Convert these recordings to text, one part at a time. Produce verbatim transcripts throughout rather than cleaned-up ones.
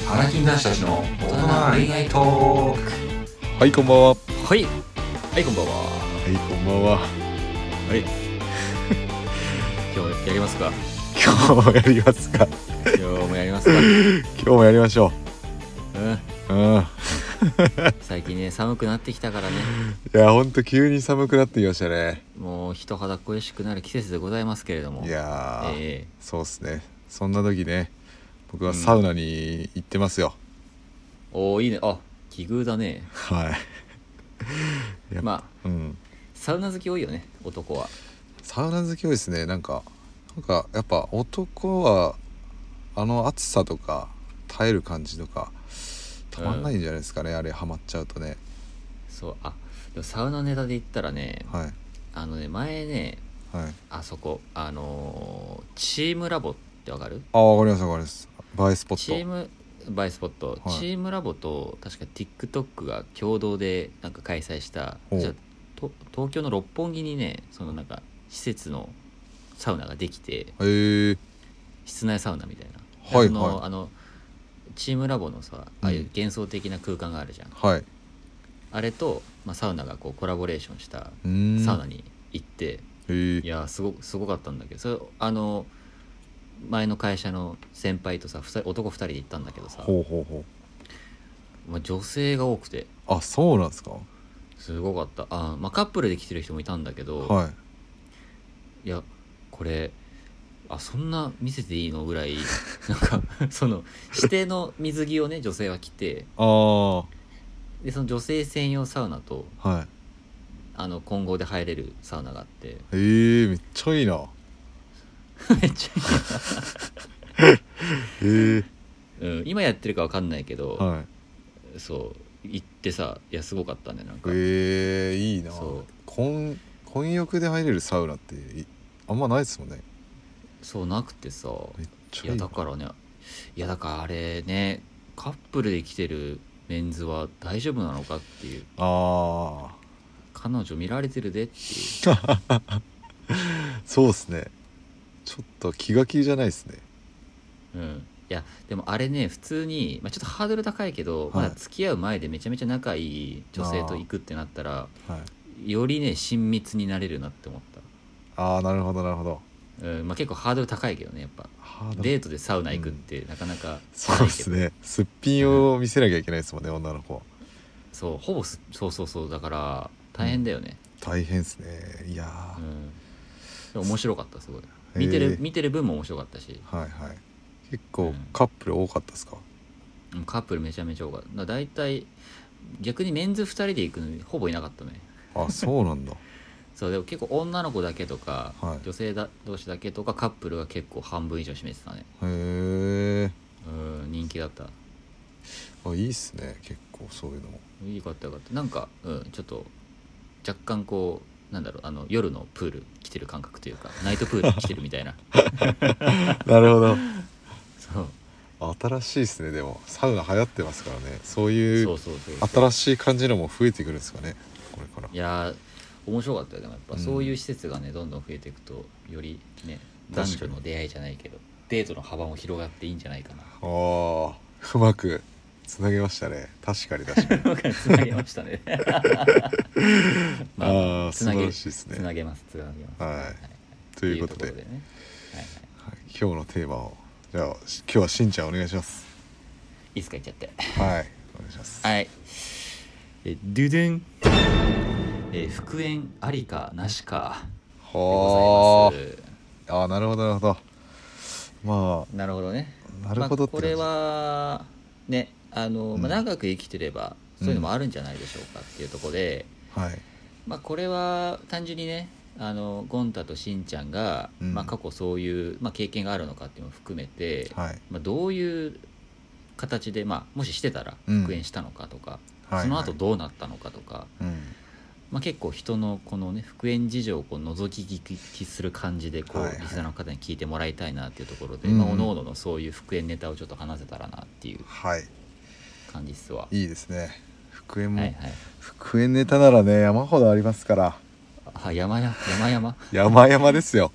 アラキン男子たちの大人恋愛トーク。 はいこんばんは。 はいはいこんばんは。 はいこんばんは。 はい今日やりますか。 今日もやりますか。 今日もやりますか。 今日もやりましょう。うんうん最近ね寒くなってきたからね。 いやほんと急に寒くなってきましたね。 もう人肌恋しくなる季節でございますけれども、 いやー、 えそうっすね。そんな時ね僕はサウナに行ってますよ、 ー、おーいいね。あ奇遇だね。 はいまあ、 うん、 サウナ好き多いよね男は。 サウナ好き多いですね。なんかなんかやっぱ男はあの暑さとか耐える感じとかたまんないんじゃないですかね、うん、あれハマっちゃうとね。 そうあでもサウナネタで言ったらね、 はいあのね前ね、 はい、 あそこあのー、チームラボってわかる？ あわかりますわかります。映えスポット。 チームバイスポット、 はい、 チームラボと確か TikTok が共同でなんか開催したじゃと東京の六本木にねそのなんか施設のサウナができて、 へえ、 室内サウナみたいな、 はいその、 はい、 あのチームラボのさああいう幻想的な空間があるじゃん、 はい、 あれと、まあ、サウナがこうコラボレーションしたサウナに行って、 へいやすごすごかったんだけど、それあの前の会社の先輩とさふたり男ふたりで行ったんだけどさ、 ほうほうほまあ、女性が多くて、 う。あそうなんですか。 すごかった。あ、まあ、カップルで来てる人もいたんだけど、 はい、 いやこれあそんな見せていいのぐらいなんかその指定の水着をね女性は着て、 ああでその女性専用サウナとはあの混合で入れるサウナがあって、 い、へえめっちゃいいな。 めっちゃいいへえ、 うん、今やってるか分かんないけど、 はそう行ってさ、いやすごかったねなんか。 い、へえいいな。 そう混混浴で入れるサウナってあんまないですもんね。 そうなくてさ、 めっちいやゃいいな。 だからねいやだからあれねカップルで来てるメンズは大丈夫なのかっていう、 あ彼女見られてるでっていうあそうっすね。ちょっと気が気じゃないですね。 うん、いやでもあれね普通に、まあ、ちょっとハードル高いけど、 はい、 まだ付き合う前でめちゃめちゃ仲いい女性と行くってなったら、 はい、 よりね親密になれるなって思った。 ああなるほどなるほど。 うんまあ、結構ハードル高いけどねやっぱデートでサウナ行くってなかなかないけど、 そうですね。すっぴんを見せなきゃいけないですもんね、うん、女の子。 そうほぼすそうそうそうだから大変だよね、 うん、大変ですね。いやー、うん、面白かったすごい見てる、見てる分も面白かったし、 はいはい。結構カップル多かったですか？ うん、カップルめちゃめちゃ多かった。だだいたい逆にメンズふたりで行くのにほぼいなかったね。 あそうなんだそうでも結構女の子だけとか、 はい、 女性だ同士だけとかカップルが結構半分以上占めてたね。 へえ、 うん、人気だった。 あいいっすね。結構そういうのもいいかったよかった。なんか、うん、ちょっと若干こうなんだろうあの夜のプール来てる感覚というかナイトプール来てるみたいななるほど。 そう新しいですね。でもサウナ流行ってますからね。そういうそうそうそう新しい感じのも増えてくるんですかねこれから。 いや面白かったよ。でもやっぱそういう施設がね、うん、どんどん増えていくとよりね男女の出会いじゃないけどデートの幅も広がっていいんじゃないかな。 あーうまくつなげましたね。確かに確かにうまくつなげましたねまあ、 あつなげ素晴らしいですね。 つなげますつなげます、 はい、はい、ということで、 というところでね、はいはいはい、今日のテーマをじゃあ今日はしんちゃんお願いします。 いいっすか言っちゃってはいお願いします。 はいえドゥドゥン、えー、復縁ありかなしかでございます。 ああなるほどなるほど。まあなるほどね。 なるほどって、 まあ、これはねあの、まあ、長く生きてればそういうのもあるんじゃないでしょうかっていうところで、 うん、はい、 まあ、これは単純にねあのゴンタとしんちゃんが、うんまあ、過去そういう、まあ、経験があるのかっていうのを含めて、 はいまあ、どういう形で、まあ、もししてたら復縁したのかとか、うん、その後どうなったのかとか、はいはいまあ、結構人のこのね復縁事情をこう覗き聞きする感じでこう、はいはい、リスナーの方に聞いてもらいたいなっていうところで、うんまあ、おのおののそういう復縁ネタをちょっと話せたらなっていう感じっすわ、 はい、いいですね。復縁も、 はいはい、 復縁ネタならね山ほどありますから。 あ山や山山山山ですよ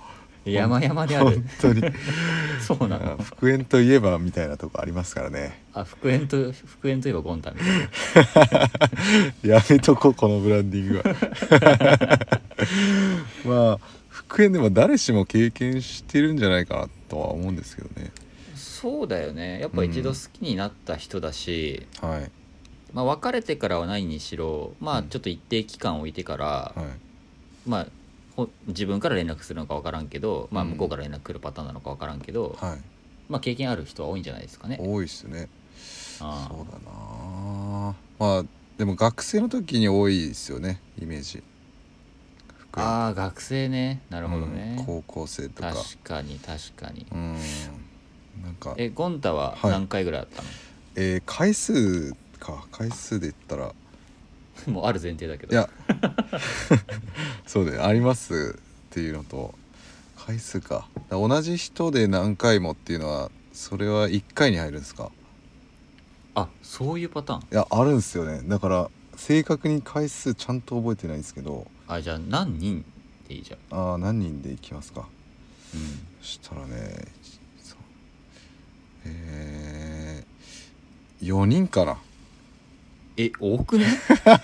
山々である本当にそうなの。 復縁といえばみたいなとこありますからね。 あ、復縁と復縁といえばゴンタみたいなやめとここのブランディングはまあ復縁でも誰しも経験してるんじゃないかなとは思うんですけどね。 そうだよね。やっぱ一度好きになった人だし、 うん、はい。 まあ、別れてからはないにしろ、まあちょっと一定期間置いてから、 はい、 まあ自分から連絡するのか分からんけど、まあ、向こうから連絡来るパターンなのか分からんけど、 うん、はい、 まあ経験ある人は多いんじゃないですかね。 多いっすね。 あそうだな。まあでも学生の時に多いですよね、イメージ。 ああ、学生ね。なるほどね、 うん、高校生とか。 確かに確かに。 うん、なんかえゴンタは何回ぐらいあったの？はい、 えー、回数か回数で言ったらもうある前提だけど。 いやそうでありますっていうのと回数か。同じ人で何回もっていうのはそれはいっかいに入るんですか？ あ、そういうパターン。 いやあるんですよね。だから正確に回数ちゃんと覚えてないんですけど。 あ、じゃあ何人でいいじゃん。 ああ、何人でいきますか。 うん、 そしたらね、えー、よにんかな。 え、多くね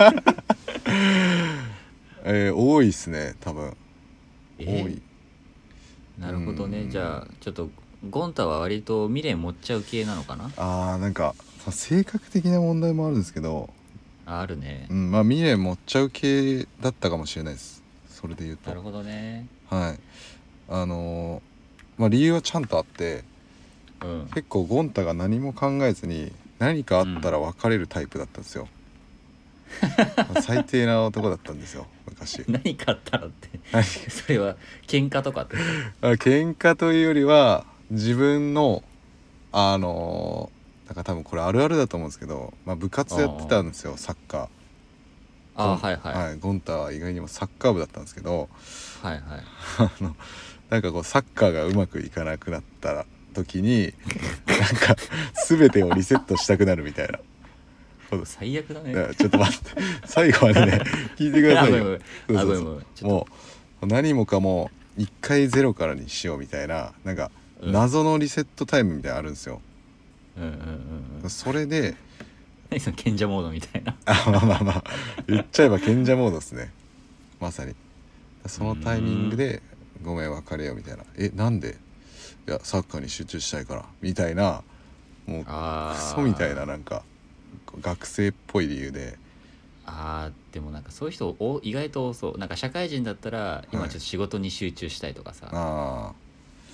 えー、多いっすね多分。 えー、 多い。 なるほどね。じゃあちょっとゴンタは割と未練持っちゃう系なのかな。 あー、なんか性格的な問題もあるんですけど、 あるね。 うん、まあ未練持っちゃう系だったかもしれないです。それで言うと。 なるほどね。 はい。あのー、まあ理由はちゃんとあって、 うん、 結構ゴンタが何も考えずに何かあったら別れるタイプだったんですよ、うん、最低な男だったんですよ昔。 何かあったらってそれは喧嘩とかってあ、喧嘩というよりは自分のあのー、なんか多分これあるあるだと思うんですけど、まあ、部活やってたんですよ、サッカー。 あ、はいはい、 はい、ゴンタは意外にもサッカー部だったんですけど、 はいはい、 あのなんかこうサッカーがうまくいかなくなった時になんか全てをリセットしたくなるみたいな。 最悪だね。 ちょっと待って最後までね聞いてくださいよ。もう何もかも一回ゼロからにしようみたいな、なんか謎のリセットタイムみたいなのあるんですよ、 うんうんうんうん、 それで何その賢者モードみたいなあ、まあまあまあ言っちゃえば賢者モードですね、まさに。そのタイミングでごめん別れようみたいな。え、なんで？いやサッカーに集中したいからみたいな、もうクソみたいな、なんか学生っぽい理由で。 あー、でもなんかそういう人お意外と多そう。なんか社会人だったら今ちょっと仕事に集中したいとかさ、 はい、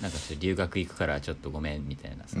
あなんかちょっと留学行くからちょっとごめんみたいなさ。 うん、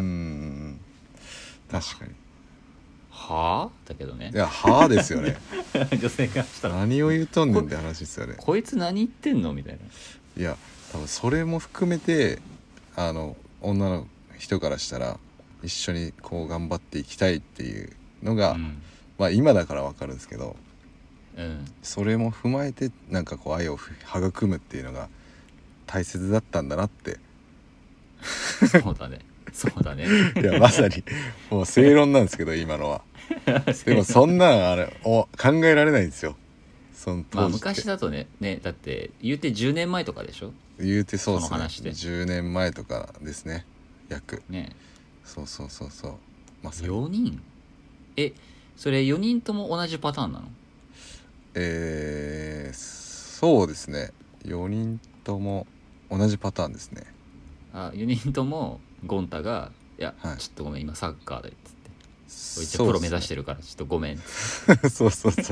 確かに。 はあだけどね。 いやはあですよね女性がしたら何を言うとんねんって話ですよね。 こいつ何言ってんのみたいな。 いや多分それも含めてあの女の人からしたら一緒にこう頑張っていきたいっていうのが、うん、まあ今だから分かるんですけど、うん、それも踏まえてなんかこう愛を育むっていうのが大切だったんだなって。 そうだねそうだねいやまさにもう正論なんですけど今のはでもそんなあれお考えられないんですよ、その当時って。 まあ昔だとねねだって言うてじゅうねんまえとかでしょ。 言うてそうですね、 その話でじゅうねんまえとかですね約ね。 そうそうそうそう、 まさによにん。えそれよにんとも同じパターンなの？ えー、そうですね、よにんとも同じパターンですね。 あ、よにんともゴンタがいや、はい、ちょっとごめん今サッカーでっつって一応プロ目指してるからちょっとごめんそうそうそうそう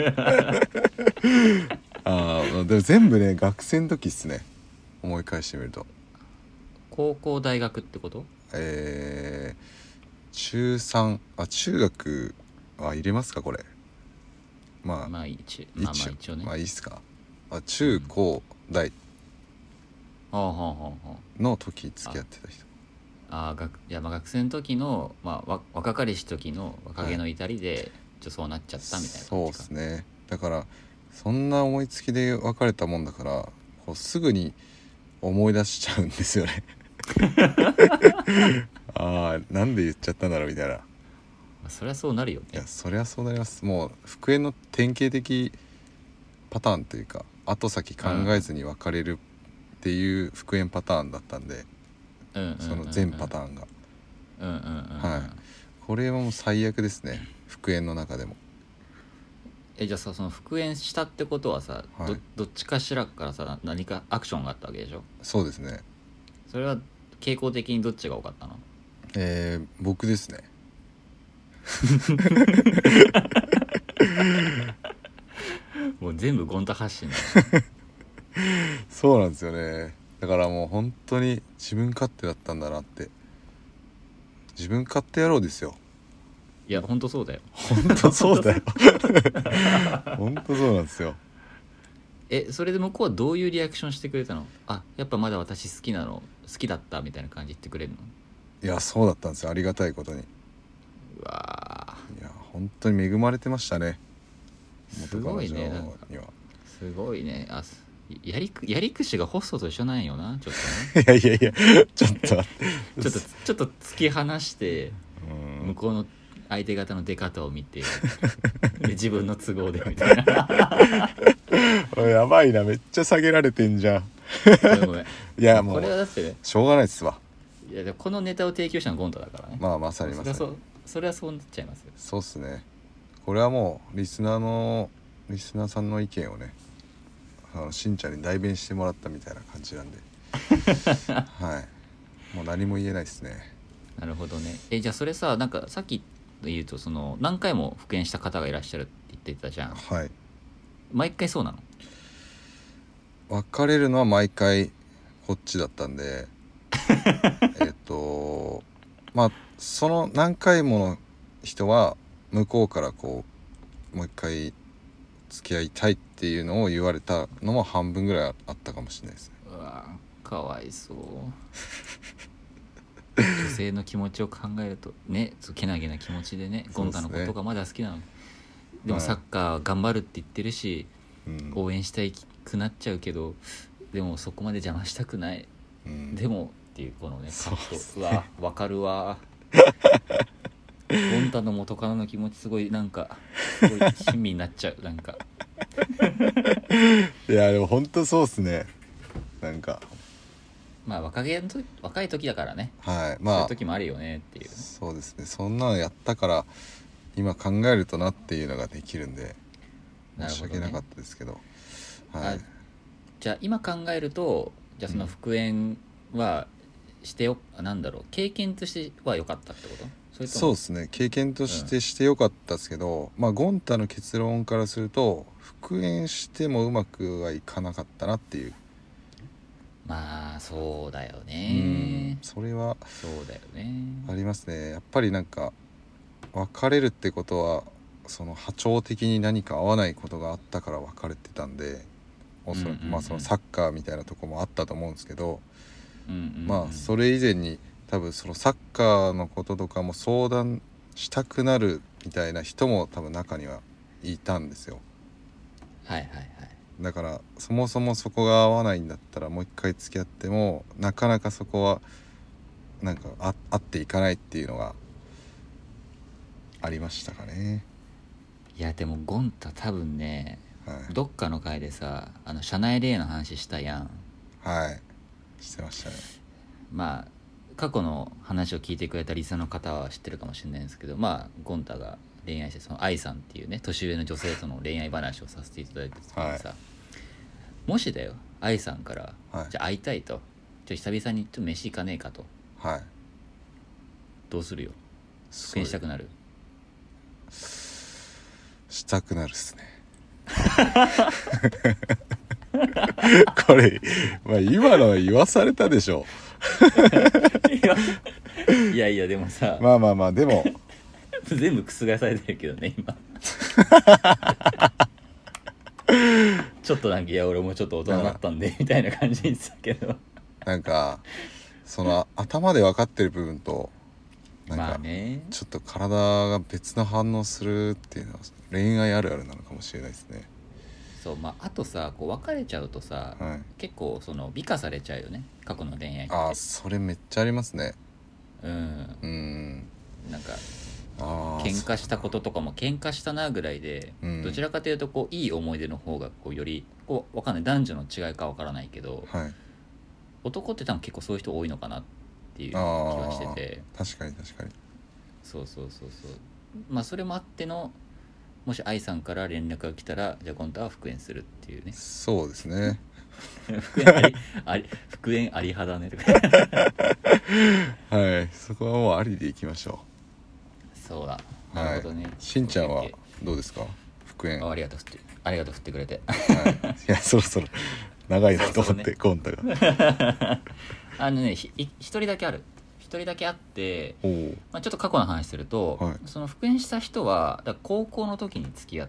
ああでも全部ね学生の時っすね、思い返してみると。 高校大学ってこと？ えー、中さん、あ中学は入れますかこれ。まあまあ一まあまあ一応ね、 まあいいっすか。あ中高大、うんの時付き合ってた人。 ああ学いやまあ学生の時の、まあ、若かりし時の若気の至りで、はい、ちょそうなっちゃったみたいな感じか。 そうですね。だからそんな思いつきで別れたもんだからこうすぐに思い出しちゃうんですよねああなんで言っちゃったんだろうみたいな。まあ、そりゃそうなるよね。 いやそりゃそうなります。もう復縁の典型的パターンというか後先考えずに別れるっていう復縁パターンだったんで、 うんうんうんうん、 その全パターンが、 うんうんうんうん、 はい、これはもう最悪ですね、復縁の中でも。 えじゃあさ、その復縁したってことはさ、はい、ど, どっちかしらからさ何かアクションがあったわけでしょ。 そうですね。 それは傾向的にどっちが多かったの？ えー、僕ですね。 もう全部ゴンタ発信だ。 そうなんですよね。だからもう本当に自分勝手だったんだなって。自分勝手野郎ですよ。 いや本当そうだよ。 本当そうだよ。本当そうなんですよ。 えそれで向こうはどういうリアクションしてくれたの？あ、やっぱまだ私好きなの好きだったみたいな感じ言ってくれるの？ いやそうだったんですよ、ありがたいことに。 うわいや本当に恵まれてましたね。 すごいね、なんかすごいね。あやりやり口がホストと一緒なんよな、ちょっとね。いやいやいやちょっとちょっとちょっと突き放して向こうの相手方の出方を見てで自分の都合でみたいな。 やばいな、めっちゃ下げられてんじゃん。 ごめんいやもうこれはだってね、 しょうがないっすわ。 いやでもこのネタを提供したのゴンタだからね。 まあまさにまさにそれはそうそれはそうなっちゃいますよ。 そうっすね。これはもうリスナーのリスナーさんの意見をね、あのしんちゃんに代弁してもらったみたいな感じなんではい、もう何も言えないですね。 なるほどね。えじゃあそれさ、なんかさっきで言うとその何回も復縁した方がいらっしゃるって言ってたじゃん。 はい。 毎回そうなの？ 別れるのは毎回こっちだったんでえっとまあその何回もの人は向こうからこうもう一回付き合いたいっていうのを言われたのも半分ぐらいあったかもしれないですね。 うわかわいそう。女性の気持ちを考えるとね、けなげな気持ちでね、ゴンタのことがまだ好きなの。でもサッカー頑張るって言ってるし、うん、応援したいくなっちゃうけど、でもそこまで邪魔したくない、うん、でもっていうこのねカット、うわわかるわ。ゴンタの元カノの気持ちすごいなんかすごい親身になっちゃうなんか。 いやでも本当そうっすね。なんかまあ若気の時若い時だからね、 はい、まあそういう時もあるよねっていう。 そうですね、そんなのやったから今考えるとなっていうのができるんで申し訳なかったですけど、 ど、ね、はい、じゃあ今考えるとじゃあその復縁はしてよ、うん、なんだろう経験としては良かったってこと？それともそうですね、経験としてして良かったですけど、うん、まあゴンタの結論からすると復縁してもうまくはいかなかったなっていう。 まあそうだよね、 うん、それはそうだよねありますね。やっぱりなんか別れるってことはその波長的に何か合わないことがあったから別れてたんで、おそらくまあそのサッカーみたいなとこもあったと思うんですけど、 うんうんうん、 まあそれ以前に多分そのサッカーのこととかも相談したくなるみたいな人も多分中にはいたんですよ。 はいはいはい。 だからそもそもそこが合わないんだったらもう一回付き合ってもなかなかそこはなんかあ合っていかないっていうのがありましたかね。 いやでもゴンタ多分ね、 はい、 どっかの回でさあの社内恋愛の話したやん。 はいしてましたね。 まあ過去の話を聞いてくれたリスナーの方は知ってるかもしれないんですけど、まあゴンタが恋愛してその愛さんっていうね年上の女性との恋愛話をさせていただいた時にさ、はい、もしだよ愛さんから、はい、じゃあ会いたいと、じゃあ久々にちょっと飯行かねえかと、 はい、 どうするよ？復縁したくなる？ したくなるっすね。これ、まあ、今のは言わされたでしょ。 いやいやでもさ、 まあまあまあでも全部覆されてるけどね今。ちょっとなんかいや俺もちょっと大人になったんでみたいな感じに言ってたけど、 なんかその頭で分かってる部分となんか、 まあね、 ちょっと体が別の反応するっていうのは恋愛あるあるなのかもしれないですね。 そう、まああとさこう別れちゃうとさ、はい、結構その美化されちゃうよね過去の恋愛って。 ああそれめっちゃありますね。 うんうんなんか喧嘩したこととかも喧嘩したなぐらいで、うん、どちらかというとこういい思い出の方がこうよりこうわかんない男女の違いかわからないけど、 はい、 男って多分結構そういう人多いのかなっていう気がしてて、 確かに確かに、 そうそうそうそう、まあそれもあっての、もし愛さんから連絡が来たらじゃあ今度は復縁するっていうね。 そうですね復縁ありあり復縁あり派だねとかはい、そこはもうありでいきましょそうだ、 う。 なるほどね、 はい、しんちゃんはどうですか、復縁。 あありがとう振ってありがとう振ってくれてはい、いやそろそろ長いなと思って、コンタがあのね、ひ一人だけある一人だけあって、 おお、 まあ、ちょっと過去の話すると、 はい、 その復縁した人はだから高校の時に付き合った、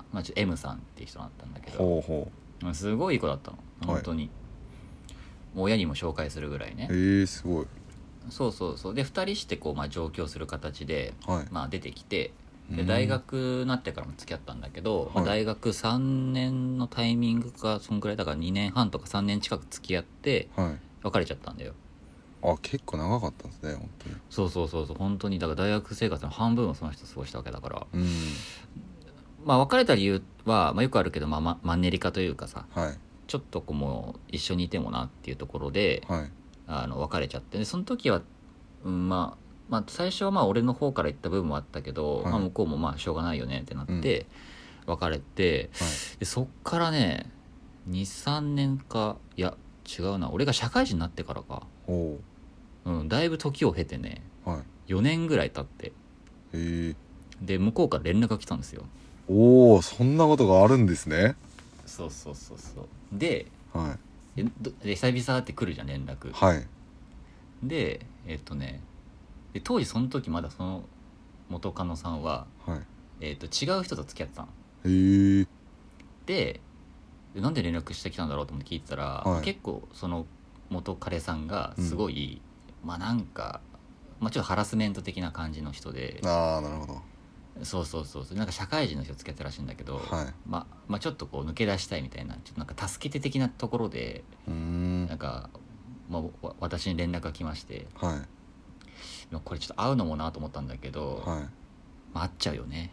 まあ、ちょ M さんっていう人だったんだけど、 ほうほまあすごいいい子だったの本当に、はい、もう親にも紹介するぐらいね。 う。えー、すごい。 そうそうそう、でふたりしてこう、まあ、上京する形で、 はい、 まあ、出てきて、で大学になってからも付き合ったんだけど、 はい、 まあ、大学さんねんのタイミングかそんぐらいだからにねんはんとかさんねん近く付き合って別れちゃったんだよ。 はい、あ、結構長かったんですね本当に。 そうそうそうそう、本当にだから大学生活の半分をその人過ごしたわけだから、 うん、 まあ別れた理由は、まあ、よくあるけど、まあ、まマンネリ化というかさ、 はい、 ちょっとこうもう一緒にいてもなっていうところで、 はい、 あの別れちゃって、でその時は、うん、まあまあ、最初はまあ俺の方から言った部分もあったけど、 はい、 まあ、向こうもまあしょうがないよねってなって別れて、 はい、 でそっからね にさんねんか、いや違うな、俺が社会人になってからか、 おうん、だいぶ時を経てね、 はい、 よねんぐらい経って、 へえ、 で向こうから連絡が来たんですよ。 おお、そんなことがあるんですね。 そうそうそうそう、で、 はでどで久々って来るじゃん連絡、 い、はい、 でえっとねで当時その時まだその元カノさんは、 はい、 えー、と違う人と付き合ってたのへえ、 で、でなんで連絡してきたんだろうと思って聞いてたら、 はい、 結構その元彼さんがすごい、うん、まあなんか、まあ、ちょっとハラスメント的な感じの人で、 ああ、なるほど。 そうそうそうそう、なんか社会人の人と付き合ってるらしいんだけど、 はい、 まあ、まあちょっとこう抜け出したいみたいな、ちょっとなんか助けて的なところで、 うーん、 なんか、まあ、わ私に連絡が来まして、 はい、 いやこれちょっと会うのもなと思ったんだけど、 はい、 まあ、会っちゃうよね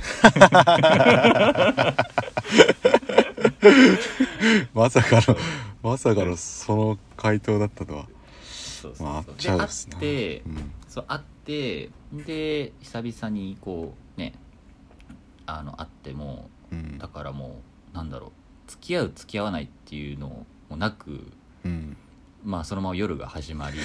まさかのまさかのその回答だったとは。 そうそうそう、 まあ、会っちゃうですね。 で会って、 うん、 そう会ってで久々にこうねあの会っても、 うん、 だからもうなんだろう、付き合う付き合わないっていうのもなく、 うん、 まあそのまま夜が始まり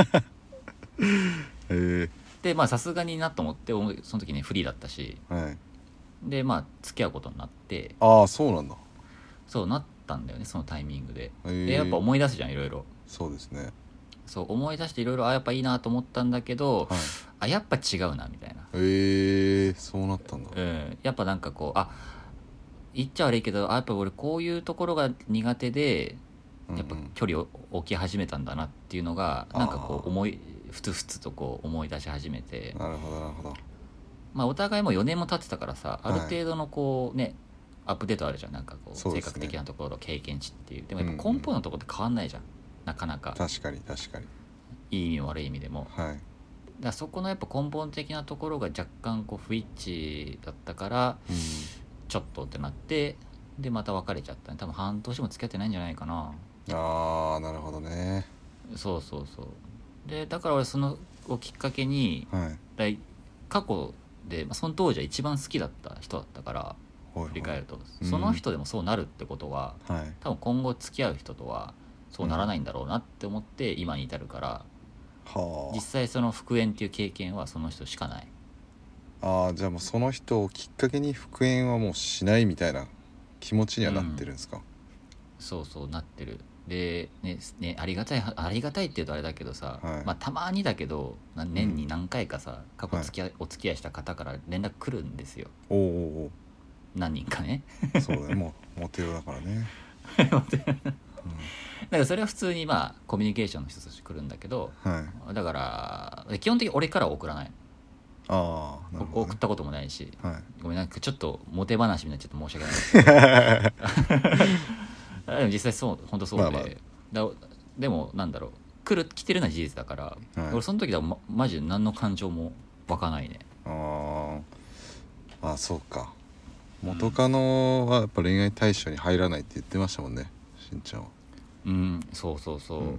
へえ、 でまあさすがになと思ってその時ねフリーだったし、 はい、 でまあ付き合うことになって、 ああ、そうなんだ。 そうなったんだよねそのタイミングで。 へえ、 でやっぱ思い出すじゃんいろいろ。 そうですね。 そう思い出していろいろあやっぱいいなと思ったんだけど、 はい、 あやっぱ違うなみたいな。 へえ、そうなったんだ。 うん、やっぱなんかこうあ言っちゃ悪いけどあやっぱ俺こういうところが苦手でやっぱ距離を置き始めたんだなっていうのが、うんうん、なんかこう思いふつふつとこう思い出し始めて。 なるほどなるほど。 まあお互いもよねんも経ってたからさ、ある程度のこうねアップデートあるじゃん、なんかこう性格的なところ、経験値っていう。でもやっぱ根本のところって変わんないじゃん、うんうん、なかなか。 確かに確かに、 いい意味も悪い意味でも。 はい、 だからそこのやっぱ根本的なところが若干こう不一致だったから、うん、ちょっとってなってでまた別れちゃったね。多分半年も付き合ってないんじゃないかな。 あー、なるほどね。 そうそうそう。でだから俺そのをきっかけに、はい、過去で、まあ、その当時は一番好きだった人だったから、振り返ると、はいはい、その人でもそうなるってことは、うん、多分今後付き合う人とはそうならないんだろうなって思って今に至るから、うん、実際その復縁っていう経験はその人しかない。 ああ、じゃあもうその人をきっかけに復縁はもうしないみたいな気持ちにはなってるんですか？うん、 そうそうなってる。でねね、ありがたいありがたいって言うとあれだけどさ、はい、まあ、たまにだけど年に何回かさ、うん、過去付き合い、はい、お付き合いした方から連絡来るんですよ。 おうおうおう、 何人かね。 そうだね、もうモテよだからね。 モテよ、うん、だからそれは普通にまあコミュニケーションの人として来るんだけど、はい、だから基本的に俺からは送らない。 ああ、なるほどね、 送ったこともないし、はい、ごめんなんかちょっとモテ話みたいになっちゃって申し訳ないでも実際そう本当そうで、まあまあ、だでもなんだろう来る来てるのは事実だから、はい、俺その時は、ま、マジで何の感情も湧かないね。 ああ、そうか。元カノはやっぱ恋愛対象に入らないって言ってましたもんね、しんちゃんは。 うん、そうそうそう、 うんうんうん、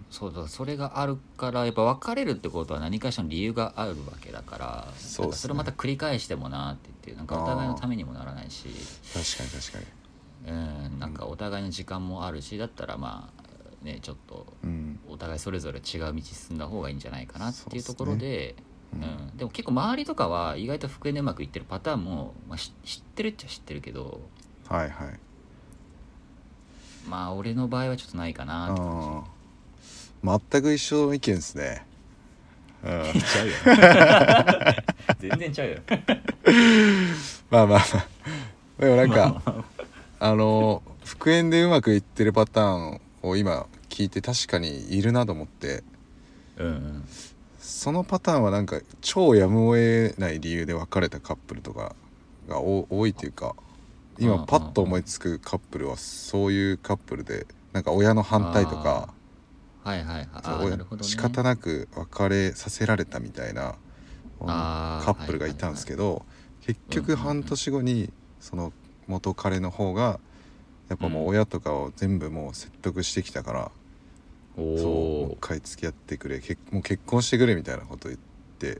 そうだ、それがあるからやっぱ別れるってことは何かしらの理由があるわけだから、そう、ね、それをまた繰り返してもなって言ってなんかお互いのためにもならないし、 確かに確かに、うん、なんかお互いの時間もあるし、だったらまあねちょっとお互いそれぞれ違う道進んだ方がいいんじゃないかなっていうところで、うん、うん、でも結構周りとかは意外と復縁でうまくいってるパターンも、まあ、知ってるっちゃ知ってるけど、 はいはい、 まあ俺の場合はちょっとないかなって感じ。全く一緒の意見ですね。 うん、ちゃうよ全然ちゃうよまあまあまあでもなんかあの復縁でうまくいってるパターンを今聞いて確かにいるなと思って、 うんうん、 そのパターンはなんか超やむを得ない理由で別れたカップルとかが多いというか、今パッと思いつくカップルはそういうカップルで、なんか親の反対とか、 はいはいはい、なるほどね、 仕方なく別れさせられたみたいなカップルがいたんですけど、はいはいはい、結局半年後にその元彼の方がやっぱもう親とかを全部もう説得してきたから、うん、そうもう一回付き合ってくれ、けもう結婚してくれみたいなこと言って、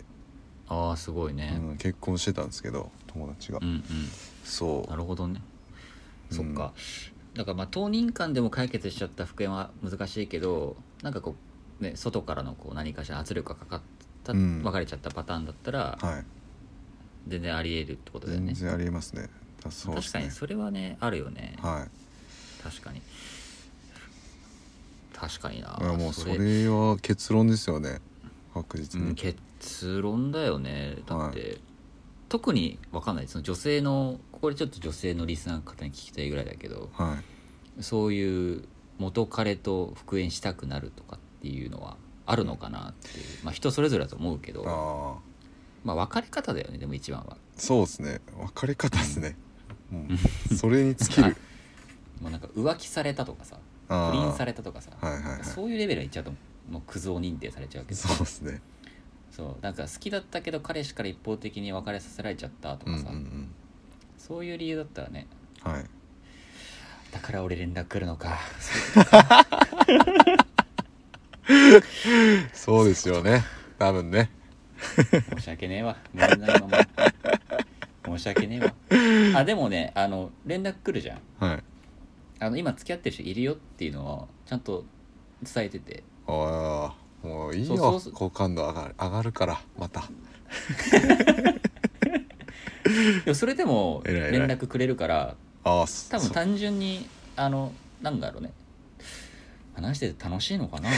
ああすごいね、 うん、結婚してたんですけど友達が、うんうん、そうなるほどね、うん、そっか、だからまあ当人間でも解決しちゃった復縁は難しいけど、なんかこうね外からのこう何かしら圧力がかかった、うん、別れちゃったパターンだったら、はい、全然ありえるってことだよね。 全然ありえますね。だそうですね、 確かにそれはねあるよね。 はい、 確かに確かにな。 もうそれは結論ですよね、確実に、 うん、結論だよね。だって、はい、特に分かんない、その女性のこれちょっと女性のリスナーの方に聞きたいぐらいだけど、 はい、 そういう元彼と復縁したくなるとかっていうのはあるのかなっていう、まあ人それぞれだと思うけど、あまあ別れ方だよね。でも一番はそうですね、別れ方ですね、うん、それに尽きるもうなんか浮気されたとかさ、不倫されたとかさ、 はいはいはい、 そういうレベルいっちゃうともうクズを認定されちゃうけど、 そうですね、 そうなんか好きだったけど彼氏から一方的に別れさせられちゃったとかさ、うんうんうん、そういう理由だったらね、 はい、 だから俺連絡来るのかそうですよね、多分ね申し訳ねえわ、もうないまま申し訳ねえわ。あでもね、あの連絡来るじゃん、 はい、 あの今付き合ってる人いるよっていうのをちゃんと伝えてて、 ああもういいよ、そうそう好感度上がる上がるからまたでもそれでも連絡くれるから、 あ多分単純にあのなんだろうね、話してて楽しいのかな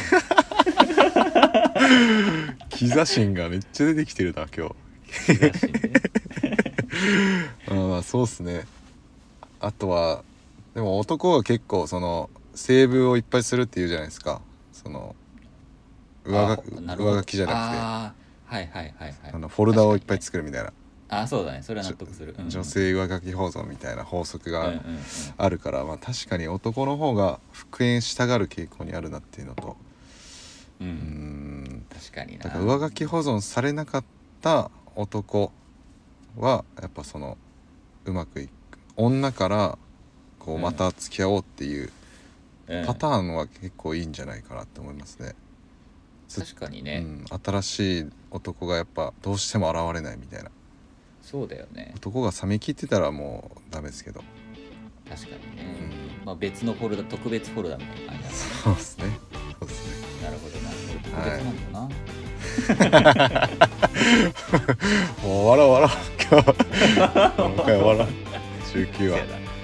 キザ心がめっちゃ出てきてるな今日キザ心ねあまあそうっすね。あとはでも男は結構そのセーブをいっぱいするっていうじゃないですか、その上書上書きじゃなくて、 あはいはいはいはい、 あのフォルダをいっぱい作るみたいな、 あそうだね、それは納得する、うんうん、 女性上書き保存みたいな法則があるから、うんうんうん、まあ、確かに男の方が復縁したがる傾向にあるなっていうのと、 うん、うーん確かにな。 だから上書き保存されなかった男はやっぱそのうまくいく女からこうまた付き合おうっていうパターンは結構いいんじゃないかなって思いますね。 確かにね、 うん、新しい男がやっぱどうしても現れないみたいな。 そうだよね、 男が冷め切ってたらもうダメですけど、 確かにね、うん、まあ、別のフォルダ、特別フォルダみたいな感じだね。 そうですね、そうですね、 なるほどな、特別なんだな、はい、 もう笑う笑う今日今回笑うじゅうきゅうわ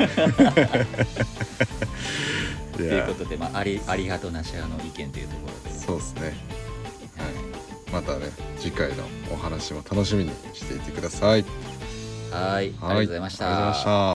ということで、まあ、ありありがとなし派の意見というところで、 そうですね、はい、またね次回のお話も楽しみにしていてください。 はい、ありがとうございました。 ありがとうございました。